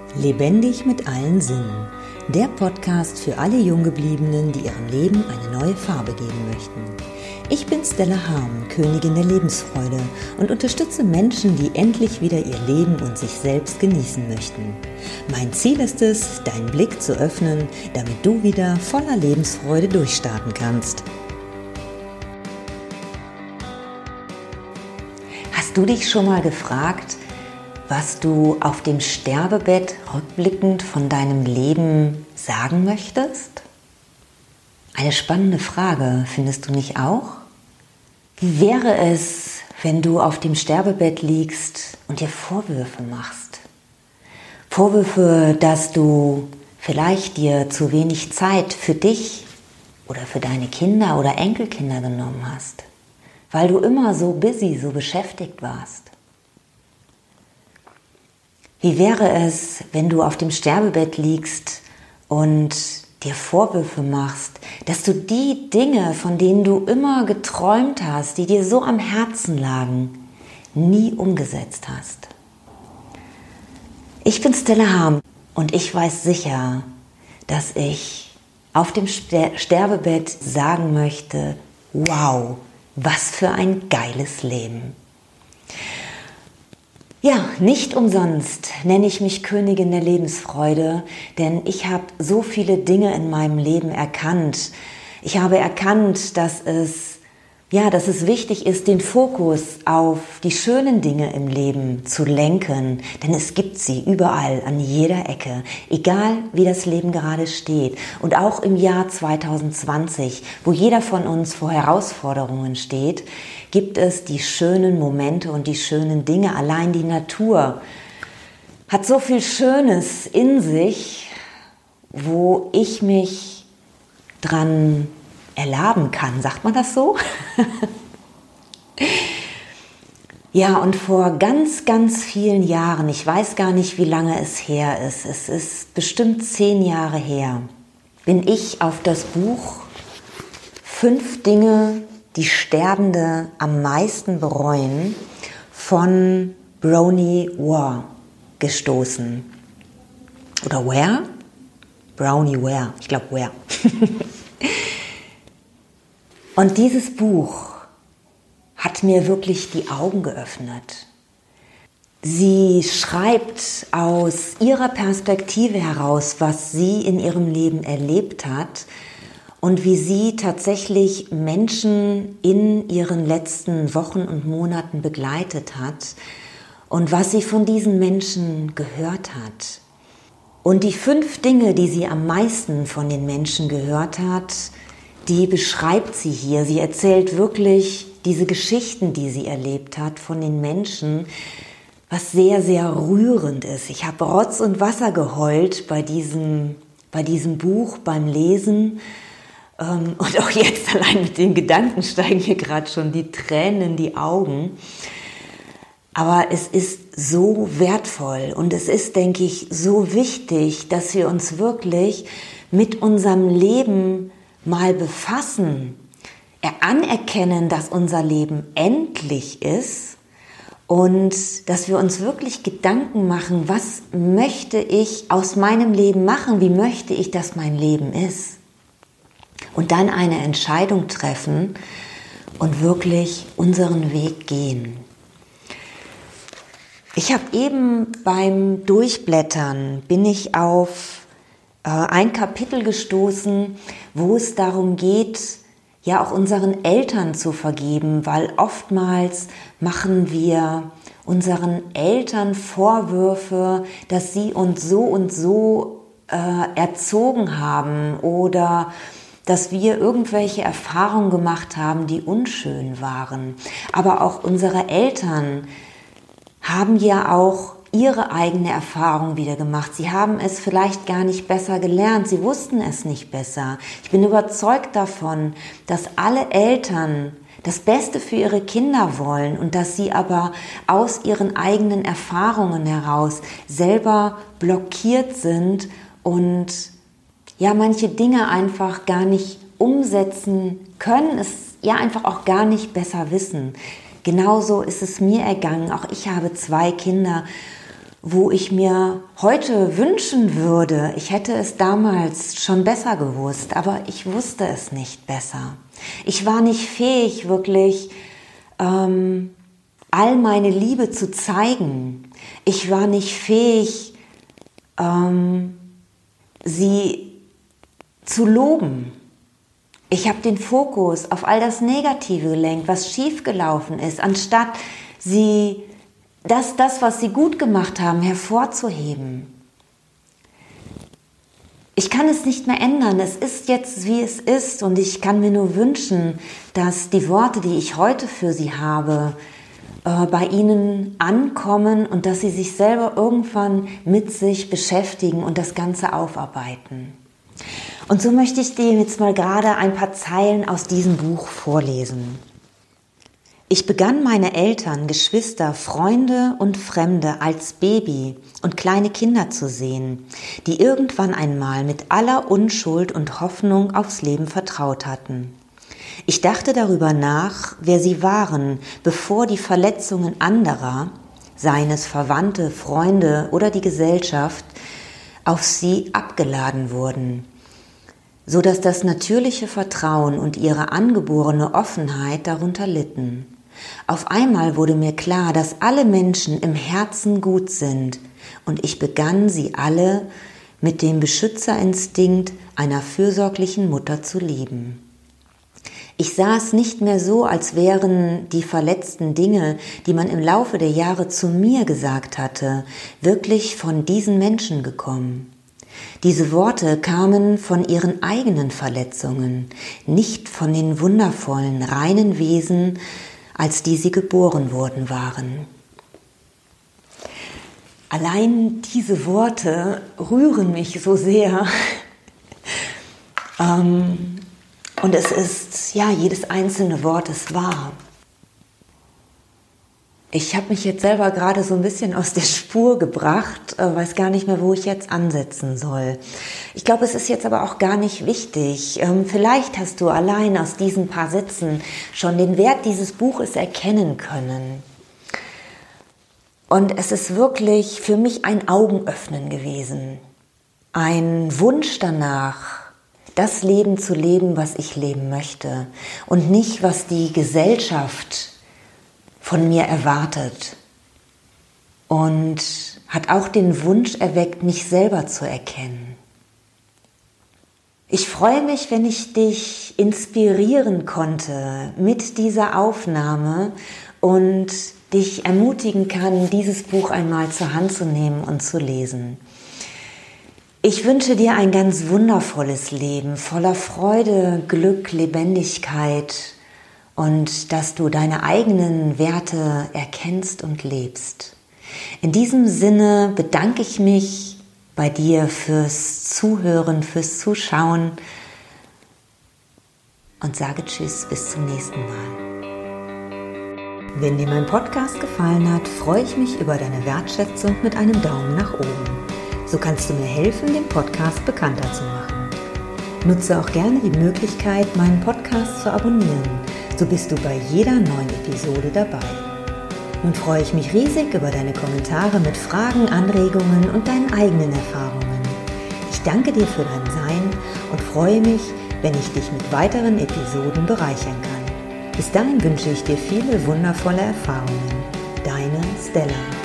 Lebendig mit allen Sinnen. Der Podcast für alle Junggebliebenen, die ihrem Leben eine neue Farbe geben möchten. Ich bin Stella Harm, Königin der Lebensfreude und unterstütze Menschen, die endlich wieder ihr Leben und sich selbst genießen möchten. Mein Ziel ist es, deinen Blick zu öffnen, damit du wieder voller Lebensfreude durchstarten kannst. Hast du dich schon mal gefragt, was du auf dem Sterbebett rückblickend von deinem Leben sagen möchtest? Eine spannende Frage, findest du nicht auch? Wie wäre es, wenn du auf dem Sterbebett liegst und dir Vorwürfe machst? Vorwürfe, dass du vielleicht dir zu wenig Zeit für dich oder für deine Kinder oder Enkelkinder genommen hast, weil du immer so busy, so beschäftigt warst. Wie wäre es, wenn du auf dem Sterbebett liegst und dir Vorwürfe machst, dass du die Dinge, von denen du immer geträumt hast, die dir so am Herzen lagen, nie umgesetzt hast? Ich bin Stella Harm und ich weiß sicher, dass ich auf dem Sterbebett sagen möchte, wow, was für ein geiles Leben. Ja, nicht umsonst nenne ich mich Königin der Lebensfreude, denn ich habe so viele Dinge in meinem Leben erkannt. Ich habe erkannt, dass es wichtig ist, den Fokus auf die schönen Dinge im Leben zu lenken, denn es gibt sie überall, an jeder Ecke, egal wie das Leben gerade steht. Und auch im Jahr 2020, wo jeder von uns vor Herausforderungen steht, gibt es die schönen Momente und die schönen Dinge. Allein die Natur hat so viel Schönes in sich, wo ich mich dran erlaben kann. Sagt man das so? Ja, und vor ganz, ganz vielen Jahren, ich weiß gar nicht, wie lange es her ist, es ist bestimmt 10 Jahre her, bin ich auf das Buch 5 Dinge, die Sterbende am meisten bereuen, von Bronnie Ware gestoßen. Oder Ware? Bronnie Ware, ich glaube Ware. Und dieses Buch hat mir wirklich die Augen geöffnet. Sie schreibt aus ihrer Perspektive heraus, was sie in ihrem Leben erlebt hat und wie sie tatsächlich Menschen in ihren letzten Wochen und Monaten begleitet hat und was sie von diesen Menschen gehört hat. Und die 5 Dinge, die sie am meisten von den Menschen gehört hat, die beschreibt sie hier. Sie erzählt wirklich diese Geschichten, die sie erlebt hat von den Menschen, was sehr, sehr rührend ist. Ich habe Rotz und Wasser geheult bei diesem Buch, beim Lesen. Und auch jetzt allein mit den Gedanken steigen mir gerade schon die Tränen in die Augen. Aber es ist so wertvoll und es ist, denke ich, so wichtig, dass wir uns wirklich mit unserem Leben mal befassen, anerkennen, dass unser Leben endlich ist und dass wir uns wirklich Gedanken machen, was möchte ich aus meinem Leben machen, wie möchte ich, dass mein Leben ist. Und dann eine Entscheidung treffen und wirklich unseren Weg gehen. Ich habe eben beim Durchblättern, bin ich auf ein Kapitel gestoßen, wo es darum geht, ja auch unseren Eltern zu vergeben, weil oftmals machen wir unseren Eltern Vorwürfe, dass sie uns so und so erzogen haben oder dass wir irgendwelche Erfahrungen gemacht haben, die unschön waren. Aber auch unsere Eltern haben ja auch ihre eigene Erfahrung wieder gemacht. Sie haben es vielleicht gar nicht besser gelernt. Sie wussten es nicht besser. Ich bin überzeugt davon, dass alle Eltern das Beste für ihre Kinder wollen und dass sie aber aus ihren eigenen Erfahrungen heraus selber blockiert sind und ja manche Dinge einfach gar nicht umsetzen können, es ja einfach auch gar nicht besser wissen. Genauso ist es mir ergangen. Auch ich habe 2 Kinder wo ich mir heute wünschen würde, ich hätte es damals schon besser gewusst, aber ich wusste es nicht besser. Ich war nicht fähig, wirklich all meine Liebe zu zeigen. Ich war nicht fähig, sie zu loben. Ich habe den Fokus auf all das Negative gelenkt, was schiefgelaufen ist, anstatt das, was sie gut gemacht haben, hervorzuheben. Ich kann es nicht mehr ändern. Es ist jetzt, wie es ist, und ich kann mir nur wünschen, dass die Worte, die ich heute für Sie habe, bei Ihnen ankommen und dass Sie sich selber irgendwann mit sich beschäftigen und das Ganze aufarbeiten. Und so möchte ich dir jetzt mal gerade ein paar Zeilen aus diesem Buch vorlesen. Ich begann meine Eltern, Geschwister, Freunde und Fremde als Baby und kleine Kinder zu sehen, die irgendwann einmal mit aller Unschuld und Hoffnung aufs Leben vertraut hatten. Ich dachte darüber nach, wer sie waren, bevor die Verletzungen anderer, seien es Verwandte, Freunde oder die Gesellschaft, auf sie abgeladen wurden, so dass das natürliche Vertrauen und ihre angeborene Offenheit darunter litten. Auf einmal wurde mir klar, dass alle Menschen im Herzen gut sind, und ich begann, sie alle mit dem Beschützerinstinkt einer fürsorglichen Mutter zu lieben. Ich sah es nicht mehr so, als wären die verletzten Dinge, die man im Laufe der Jahre zu mir gesagt hatte, wirklich von diesen Menschen gekommen. Diese Worte kamen von ihren eigenen Verletzungen, nicht von den wundervollen, reinen Wesen, als die sie geboren worden waren. Allein diese Worte rühren mich so sehr. Und es ist, ja, jedes einzelne Wort ist wahr. Ich habe mich jetzt selber gerade so ein bisschen aus der Spur gebracht, weiß gar nicht mehr, wo ich jetzt ansetzen soll. Ich glaube, es ist jetzt aber auch gar nicht wichtig. Vielleicht hast du allein aus diesen paar Sätzen schon den Wert dieses Buches erkennen können. Und es ist wirklich für mich ein Augenöffnen gewesen. Ein Wunsch danach, das Leben zu leben, was ich leben möchte. Und nicht, was die Gesellschaft von mir erwartet. Und hat auch den Wunsch erweckt, mich selber zu erkennen. Ich freue mich, wenn ich dich inspirieren konnte mit dieser Aufnahme und dich ermutigen kann, dieses Buch einmal zur Hand zu nehmen und zu lesen. Ich wünsche dir ein ganz wundervolles Leben, voller Freude, Glück, Lebendigkeit und dass du deine eigenen Werte erkennst und lebst. In diesem Sinne bedanke ich mich bei dir fürs Zuhören, fürs Zuschauen und sage Tschüss, bis zum nächsten Mal. Wenn dir mein Podcast gefallen hat, freue ich mich über deine Wertschätzung mit einem Daumen nach oben. So kannst du mir helfen, den Podcast bekannter zu machen. Nutze auch gerne die Möglichkeit, meinen Podcast zu abonnieren. So bist du bei jeder neuen Episode dabei. Nun freue ich mich riesig über deine Kommentare mit Fragen, Anregungen und deinen eigenen Erfahrungen. Ich danke dir für dein Sein und freue mich, wenn ich dich mit weiteren Episoden bereichern kann. Bis dahin wünsche ich dir viele wundervolle Erfahrungen. Deine Stella.